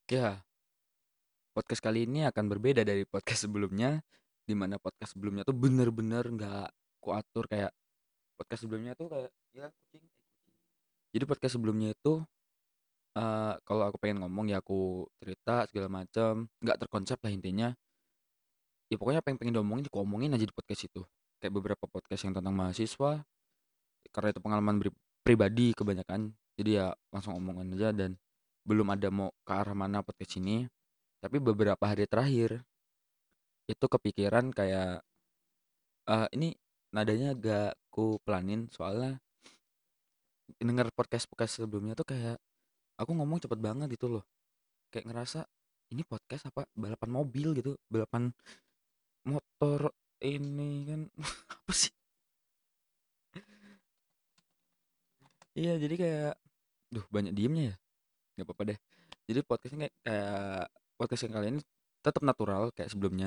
Ya, podcast kali ini akan berbeda dari podcast sebelumnya, di mana podcast sebelumnya tuh bener-bener nggak kuatur kayak podcast sebelumnya tuh kayak ya kucing. Jadi podcast sebelumnya itu kalau aku pengen ngomong ya aku cerita segala macam, nggak terkonsep lah intinya. Ya pokoknya apa yang pengen diomongin, aku omongin aja di podcast itu. Kayak beberapa podcast yang tentang mahasiswa, karena itu pengalaman pribadi kebanyakan. Jadi ya langsung omongan aja dan belum ada mau ke arah mana podcast ini. Tapi beberapa hari terakhir itu kepikiran kayak ini nadanya agak ku pelanin soalnya denger podcast-podcast sebelumnya tuh kayak aku ngomong cepet banget gitu loh. Kayak ngerasa ini podcast apa balapan mobil gitu, balapan motor ini kan apa sih? Iya, jadi kayak duh banyak diemnya ya. Gak apa-apa deh. Jadi podcastnya kayak podcast yang kali ini tetap natural kayak sebelumnya.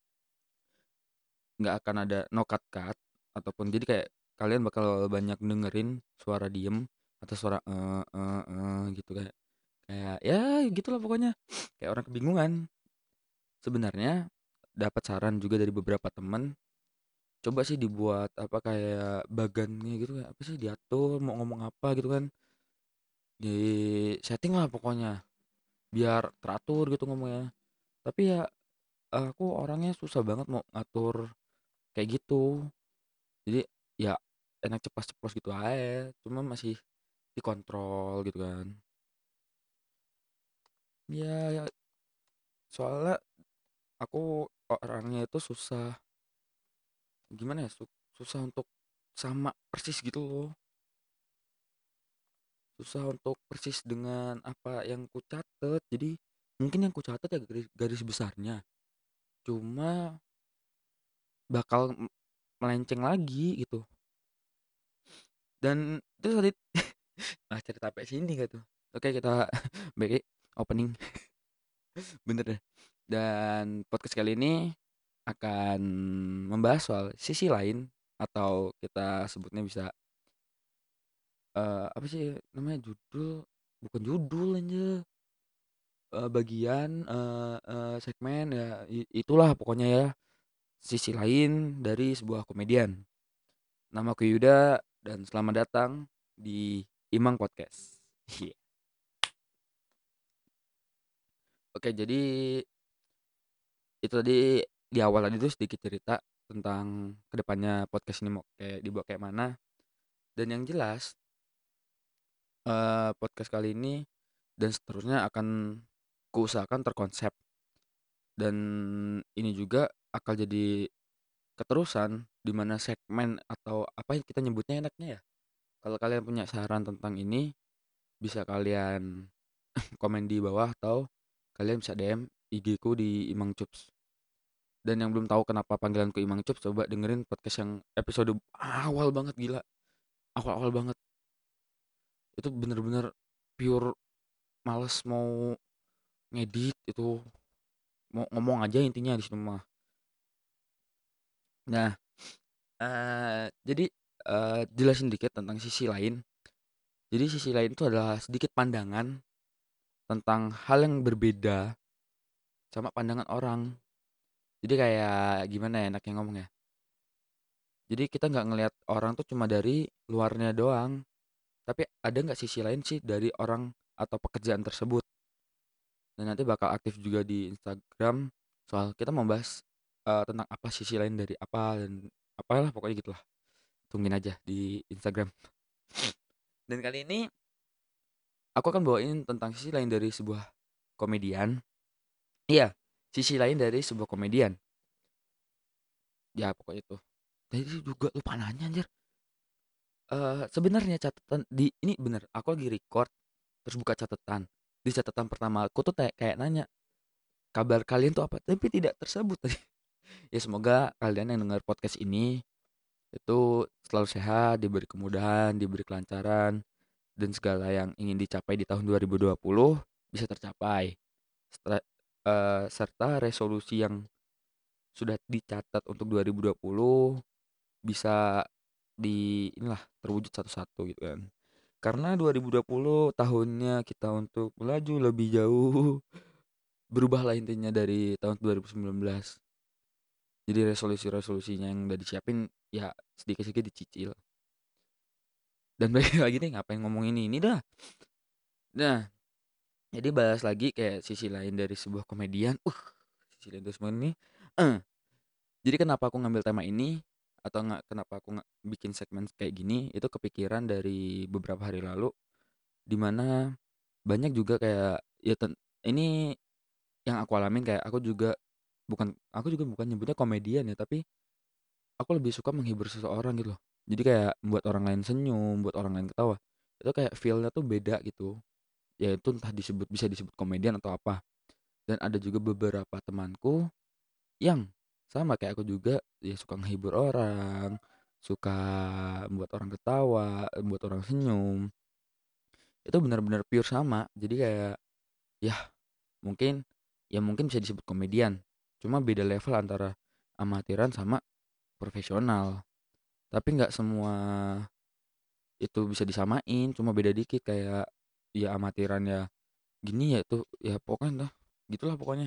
Nggak akan ada no cut cut ataupun jadi kayak kalian bakal banyak dengerin suara diem atau suara gitu kayak kayak ya gitulah pokoknya kayak orang kebingungan sebenarnya. Dapat saran juga dari beberapa teman, coba sih dibuat apa kayak bagannya gitu kayak apa sih diatur mau ngomong apa gitu kan, di setting lah pokoknya biar teratur gitu ngomongnya. Tapi ya aku orangnya susah banget mau ngatur kayak gitu, jadi ya enak ceplos-ceplos gitu aja cuma masih dikontrol gitu kan. Ya soalnya aku orangnya itu susah gimana ya, susah untuk sama persis gitu loh, susah untuk persis dengan apa yang ku catet. Jadi mungkin yang ku catet ya garis, garis besarnya, cuma bakal melenceng lagi gitu. Dan itu tadi cerita sampai sini gak tuh. Oke kita balik opening. Bener deh. Dan podcast kali ini akan membahas soal sisi lain atau kita sebutnya bisa apa sih namanya, judul bukan judul aja, bagian segmen ya itulah pokoknya ya, sisi lain dari sebuah komedian. Namaku Yuda dan selamat datang di Imang Podcast. Iya. Oke, jadi itu tadi di awal tadi tuh sedikit cerita tentang kedepannya podcast ini mau kayak dibawa kayak mana. Dan yang jelas podcast kali ini dan seterusnya akan kuusahakan terkonsep, dan ini juga akan jadi keterusan di mana segmen atau apa yang kita nyebutnya enaknya ya. Kalau kalian punya saran tentang ini bisa kalian komen di bawah atau kalian bisa DM IG ku di Imang Cups. Dan yang belum tahu kenapa panggilanku Imang Cups, coba dengerin podcast yang episode awal banget, gila. Awal-awal banget. Itu bener-bener pure males mau ngedit itu, mau ngomong aja intinya di situ mah. Nah, jadi jelasin dikit tentang sisi lain. Jadi sisi lain itu adalah sedikit pandangan tentang hal yang berbeda sama pandangan orang. Jadi kayak gimana ya enaknya ngomong ya. Jadi kita nggak ngelihat orang tuh cuma dari luarnya doang, tapi ada nggak sisi lain sih dari orang atau pekerjaan tersebut. Dan nanti bakal aktif juga di Instagram soal kita mau bahas tentang apa sisi lain dari apa dan apalah pokoknya gitulah. Tungguin aja di Instagram. Dan kali ini aku akan bawain tentang sisi lain dari sebuah komedian. Iya, sisi lain dari sebuah komedian. Ya pokoknya itu. Tadi juga lupa nanya anjir. Sebenarnya catatan di ini bener, aku lagi record terus buka catatan. Di catatan pertama aku tuh kayak nanya, "Kabar kalian tuh apa?" Tapi tidak tersebut tadi. Ya semoga kalian yang dengar podcast ini itu selalu sehat, diberi kemudahan, diberi kelancaran, dan segala yang ingin dicapai di tahun 2020 bisa tercapai. Serta resolusi yang sudah dicatat untuk 2020 bisa inilah terwujud satu-satu gitu kan. Karena 2020 tahunnya kita untuk melaju lebih jauh, berubahlah intinya dari tahun 2019. Jadi resolusi-resolusinya yang udah disiapin ya sedikit-sedikit dicicil. Dan balik lagi nih ngapain ngomong ini dah. Nah, jadi bahas lagi kayak sisi lain dari sebuah komedian. Sisi lain dari semua ini. Eh, jadi kenapa aku ngambil tema ini atau nggak kenapa aku nggak bikin segmen kayak gini itu kepikiran dari beberapa hari lalu di mana banyak juga kayak ya ini yang aku alamin kayak aku juga bukan nyebutnya komedian ya tapi aku lebih suka menghibur seseorang gitu loh. Jadi kayak buat orang lain senyum, buat orang lain ketawa. Itu kayak feel-nya tuh beda gitu. Ya itu entah bisa disebut komedian atau apa. Dan ada juga beberapa temanku yang sama kayak aku juga ya suka menghibur orang, suka buat orang ketawa, buat orang senyum. Itu benar-benar pure sama. Jadi kayak ya mungkin mungkin bisa disebut komedian. Cuma beda level antara amatiran sama profesional. Tapi nggak semua itu bisa disamain, cuma beda dikit kayak ya amatiran ya gini ya tuh ya pokoknya dah gitulah pokoknya.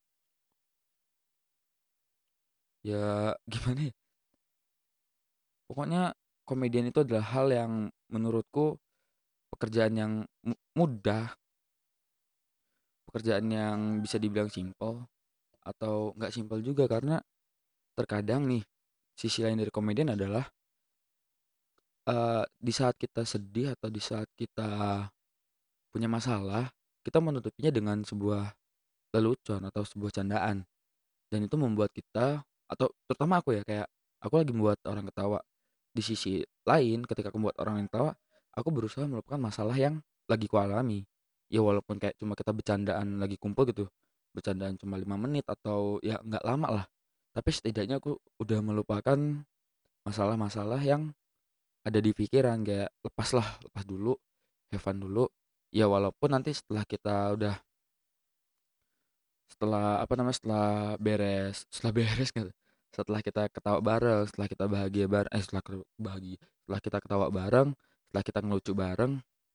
Ya gimana ya? Pokoknya komedian itu adalah hal yang menurutku pekerjaan yang mudah, pekerjaan yang bisa dibilang simpel atau nggak simpel juga karena terkadang nih sisi lain dari komedian adalah di saat kita sedih atau di saat kita punya masalah, kita menutupinya dengan sebuah lelucon atau sebuah candaan. Dan itu membuat kita atau terutama aku ya kayak aku lagi membuat orang ketawa. Di sisi lain ketika aku membuat orang lain ketawa, aku berusaha melupakan masalah yang lagi kualami. Ya walaupun kayak cuma kita bercandaan lagi kumpul gitu. Bercandaan cuma 5 menit atau ya nggak lama lah. Tapi setidaknya aku udah melupakan masalah-masalah yang ada di pikiran kayak lepas dulu, have fun dulu. Ya walaupun nanti setelah apa namanya setelah beres gitu setelah kita ketawa bareng setelah kita bahagia bareng setelah kita ketawa bareng setelah kita ngelucu bareng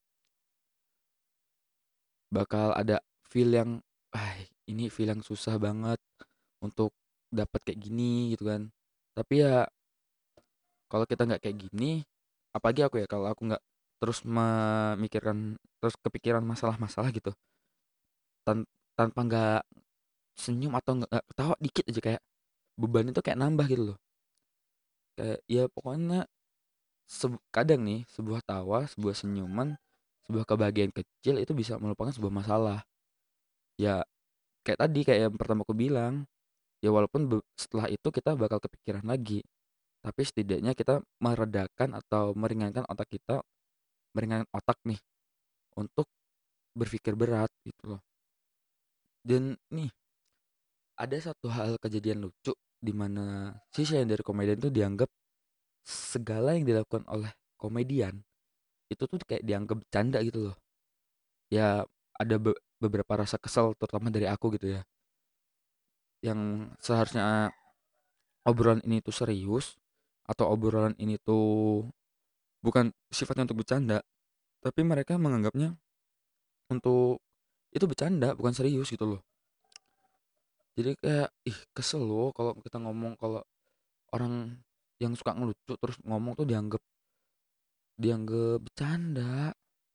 bakal ada feel yang ah ini feel yang susah banget untuk dapat kayak gini gitu kan tapi ya kalau kita nggak kayak gini apalagi aku ya kalau aku nggak terus memikirkan terus kepikiran masalah-masalah gitu tanpa nggak senyum atau nggak ketawa dikit aja kayak beban itu kayak nambah gitu loh. Kayak ya pokoknya kadang nih sebuah tawa, sebuah senyuman, sebuah kebahagiaan kecil itu bisa melupakan sebuah masalah. Ya kayak tadi kayak yang pertama aku bilang, ya walaupun setelah itu kita bakal kepikiran lagi, tapi setidaknya kita meredakan atau meringankan otak kita, meringankan otak nih untuk berpikir berat gitu loh. Dan nih ada satu hal kejadian lucu di mana sisi yang dari komedian itu dianggap segala yang dilakukan oleh komedian itu tuh kayak dianggap bercanda gitu loh. Ya ada beberapa rasa kesel terutama dari aku gitu ya. Yang seharusnya obrolan ini tuh serius atau obrolan ini tuh bukan sifatnya untuk bercanda, tapi mereka menganggapnya untuk itu bercanda bukan serius gitu loh. Jadi kayak ih kesel loh kalau kita ngomong kalau orang yang suka ngelucu terus ngomong tuh dianggap dianggap bercanda.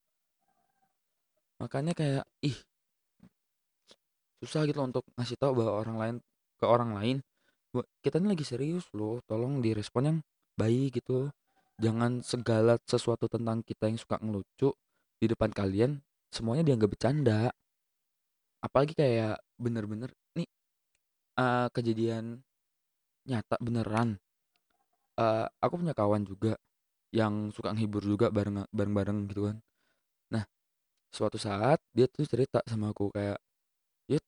Makanya kayak ih susah gitu loh untuk ngasih tahu bahwa orang lain kita ini lagi serius loh tolong direspon yang baik gitu jangan segala sesuatu tentang kita yang suka ngelucu di depan kalian semuanya dianggap bercanda apalagi kayak bener-bener nih kejadian nyata beneran. Aku punya kawan juga yang suka ngehibur juga bareng-bareng gitu kan. Nah suatu saat dia tuh cerita sama aku kayak Yud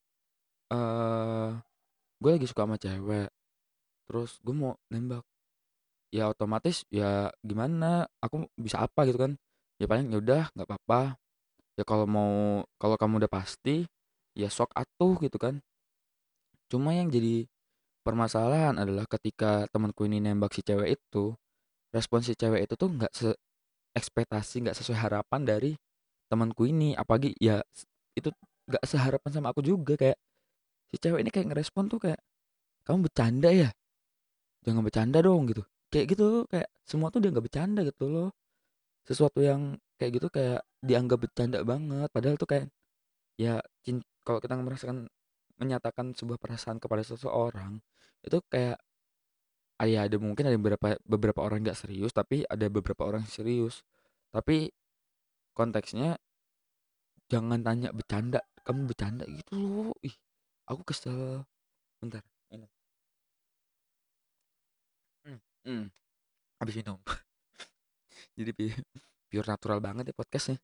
gue lagi suka sama cewek terus gue mau nembak ya otomatis ya gimana aku bisa apa gitu kan ya paling ya udah nggak apa-apa ya kalau kamu udah pasti ya sok atuh gitu kan cuma yang jadi permasalahan adalah ketika temanku ini nembak si cewek itu respon si cewek itu tuh nggak ekspektasi nggak sesuai harapan dari temanku ini apalagi ya itu nggak seharapan sama aku juga, kayak si cewek ini kayak ngerespon tuh kayak, "Kamu bercanda ya? Jangan bercanda dong," gitu. Kayak gitu, kayak semua tuh dia nggak bercanda gitu loh. Sesuatu yang kayak gitu kayak dianggap bercanda banget, padahal tuh kayak ya kalau kita merasakan menyatakan sebuah perasaan kepada seseorang, itu kayak ya ada mungkin ada beberapa beberapa orang nggak serius, tapi ada beberapa orang yang serius. Tapi konteksnya jangan tanya bercanda, kamu bercanda gitu loh. Ih, aku kesel. Bentar, minum. Hmm, hmm, habis minum. Jadi pure natural banget ya podcastnya.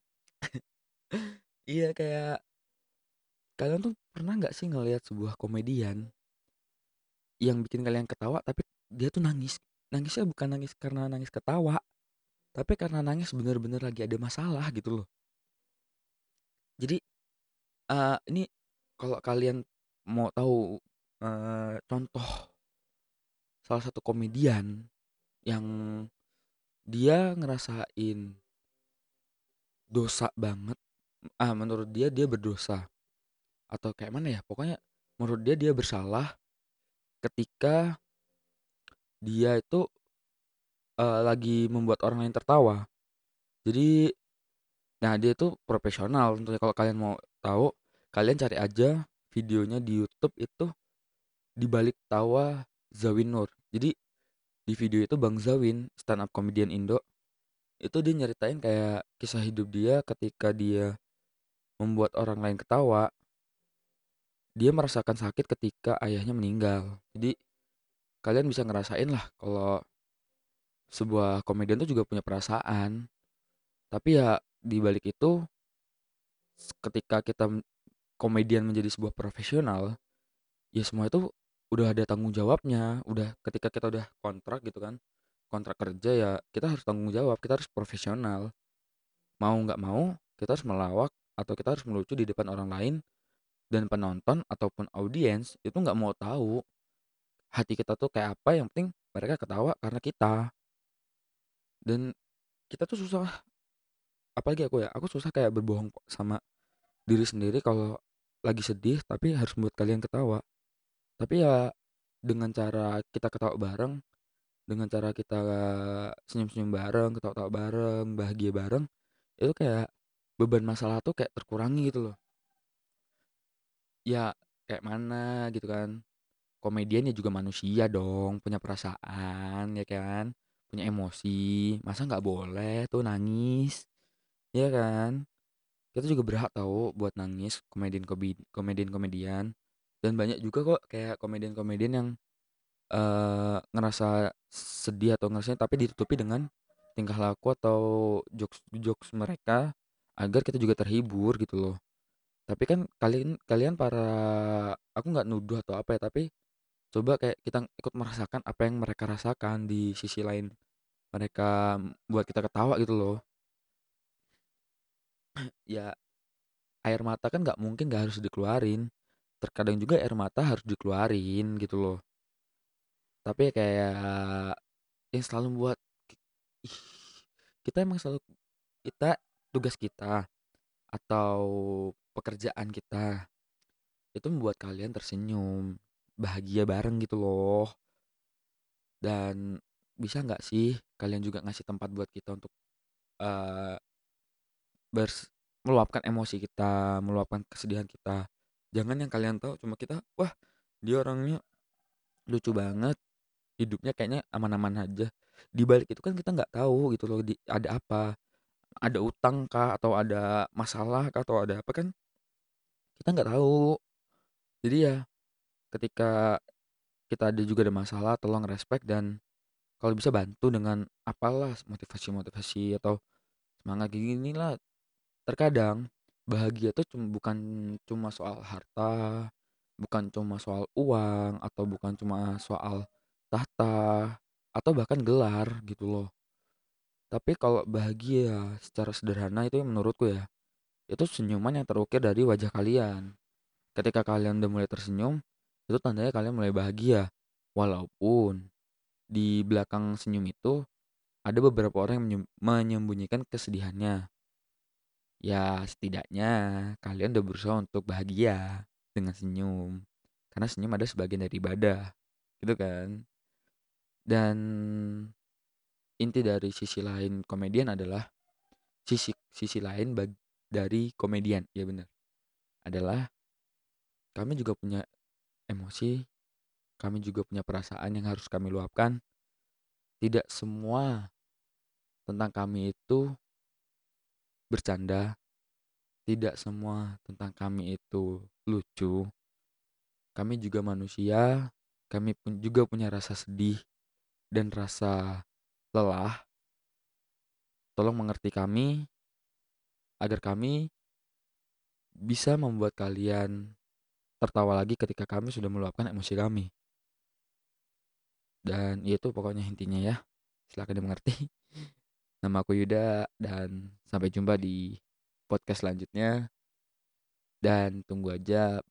Iya kayak kalian tuh pernah nggak sih ngelihat sebuah komedian yang bikin kalian ketawa tapi dia tuh nangis. Nangisnya bukan nangis karena nangis ketawa, tapi karena nangis bener-bener lagi ada masalah gitu loh. Jadi ini kalau kalian mau tahu contoh salah satu komedian yang dia ngerasain dosa banget, menurut dia berdosa atau kayak mana ya, pokoknya menurut dia bersalah ketika dia itu lagi membuat orang lain tertawa. Jadi, nah dia tuh profesional tentunya, kalau kalian mau tahu, kalian cari aja videonya di YouTube itu di balik tawa Zawin Nur. Jadi di video itu Bang Zawin, stand up comedian Indo, itu dia nyeritain kayak kisah hidup dia ketika dia membuat orang lain ketawa. Dia merasakan sakit ketika ayahnya meninggal. Jadi kalian bisa ngerasain lah kalau sebuah komedian tuh juga punya perasaan. Tapi ya di balik itu ketika kita komedian menjadi sebuah profesional, ya semua itu udah ada tanggung jawabnya. Udah ketika kita udah kontrak gitu kan, kontrak kerja ya kita harus tanggung jawab, kita harus profesional. Mau nggak mau, kita harus melawak atau kita harus melucu di depan orang lain dan penonton ataupun audiens itu nggak mau tahu hati kita tuh kayak apa, yang penting mereka ketawa karena kita. Dan kita tuh susah, apalagi aku susah kayak berbohong sama diri sendiri kalau lagi sedih tapi harus membuat kalian ketawa. Tapi ya dengan cara kita ketawa bareng, dengan cara kita senyum-senyum bareng, ketawa-tawa bareng, bahagia bareng, itu kayak beban masalah tuh kayak terkurangi gitu loh. Ya kayak mana gitu kan. Komedian ya juga manusia dong, punya perasaan ya kan, punya emosi. Masa nggak boleh tuh nangis, ya kan? Kita juga berhak tahu buat nangis, komedian-komedian. Dan banyak juga kok kayak komedian-komedian yang ngerasa sedih atau ngerasanya tapi ditutupi dengan tingkah laku atau jokes-jokes mereka agar kita juga terhibur gitu loh. Tapi kan kalian kalian para, aku nggak nuduh atau apa ya, tapi coba kayak kita ikut merasakan apa yang mereka rasakan di sisi lain. Mereka buat kita ketawa gitu loh. Ya air mata kan nggak mungkin nggak harus dikeluarin. Terkadang juga air mata harus dikeluarin gitu loh. Tapi kayak yang selalu buat ih, kita emang selalu kita tugas kita atau pekerjaan kita itu membuat kalian tersenyum, bahagia bareng gitu loh. Dan bisa nggak sih kalian juga ngasih tempat buat kita untuk eh, meluapkan emosi kita, meluapkan kesedihan kita. Jangan yang kalian tahu cuma kita, wah dia orangnya lucu banget, hidupnya kayaknya aman-aman aja. Di balik itu kan kita nggak tahu gitu loh, ada apa, ada utang kah, atau ada masalah kah, atau ada apa kan kita nggak tahu. Jadi ya ketika kita ada juga ada masalah, tolong respect dan kalau bisa bantu dengan apalah motivasi-motivasi atau semangat gini lah. Terkadang bahagia tuh bukan cuma soal harta, bukan cuma soal uang, atau bukan cuma soal tahta, atau bahkan gelar gitu loh. Tapi kalau bahagia secara sederhana itu menurutku ya, itu senyuman yang terukir dari wajah kalian. Ketika kalian udah mulai tersenyum, itu tandanya kalian mulai bahagia. Walaupun di belakang senyum itu ada beberapa orang yang menyembunyikan kesedihannya. Ya setidaknya kalian udah berusaha untuk bahagia dengan senyum. Karena senyum ada sebagian dari ibadah, gitu kan. Dan inti dari sisi lain komedian adalah sisi sisi lain dari komedian, ya benar. Adalah kami juga punya emosi, kami juga punya perasaan yang harus kami luapkan. Tidak semua tentang kami itu bercanda, tidak semua tentang kami itu lucu. Kami juga manusia, kami pun juga punya rasa sedih dan rasa lelah. Tolong mengerti kami agar kami bisa membuat kalian tertawa lagi ketika kami sudah meluapkan emosi kami. Dan itu pokoknya intinya ya. Silakan dimengerti. Nama aku Yuda dan sampai jumpa di podcast selanjutnya. Dan tunggu aja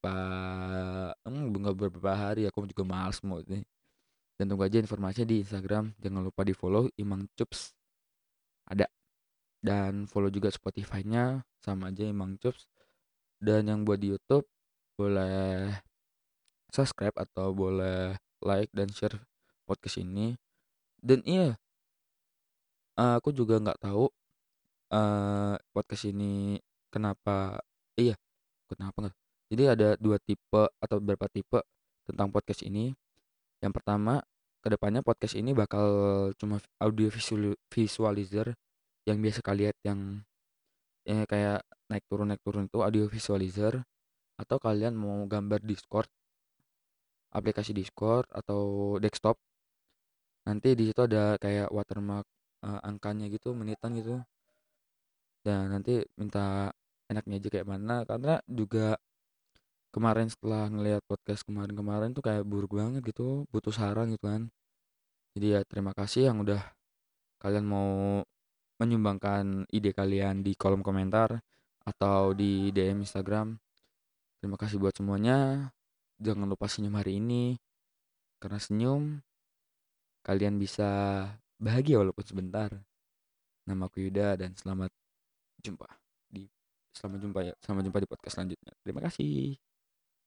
beberapa hari aku juga males mau nih. Dan tunggu aja informasinya di Instagram. Jangan lupa di follow Imang Cups ada. Dan follow juga Spotify-nya sama aja Imang Cups. Dan yang buat di YouTube boleh subscribe atau boleh like dan share podcast ini. Dan iya, aku juga nggak tahu podcast ini kenapa, iya, kenapa nggak. Jadi ada dua tipe atau beberapa tipe tentang podcast ini. Yang pertama, kedepannya podcast ini bakal cuma audio visualizer yang biasa kalian lihat yang kayak naik turun itu audio visualizer. Atau kalian mau gambar Discord, aplikasi Discord atau desktop, nanti di situ ada kayak watermark angkanya gitu, menitan gitu. Dan nanti minta enaknya aja kayak mana, karena juga kemarin setelah ngelihat podcast kemarin-kemarin tuh kayak buruk banget gitu, butuh saran gitu kan. Jadi ya terima kasih yang udah kalian mau menyumbangkan ide kalian di kolom komentar atau di DM Instagram. Terima kasih buat semuanya. Jangan lupa senyum hari ini, karena senyum kalian bisa bahagia walaupun sebentar. Nama aku Yuda dan jumpa di selamat jumpa di podcast selanjutnya. Terima kasih.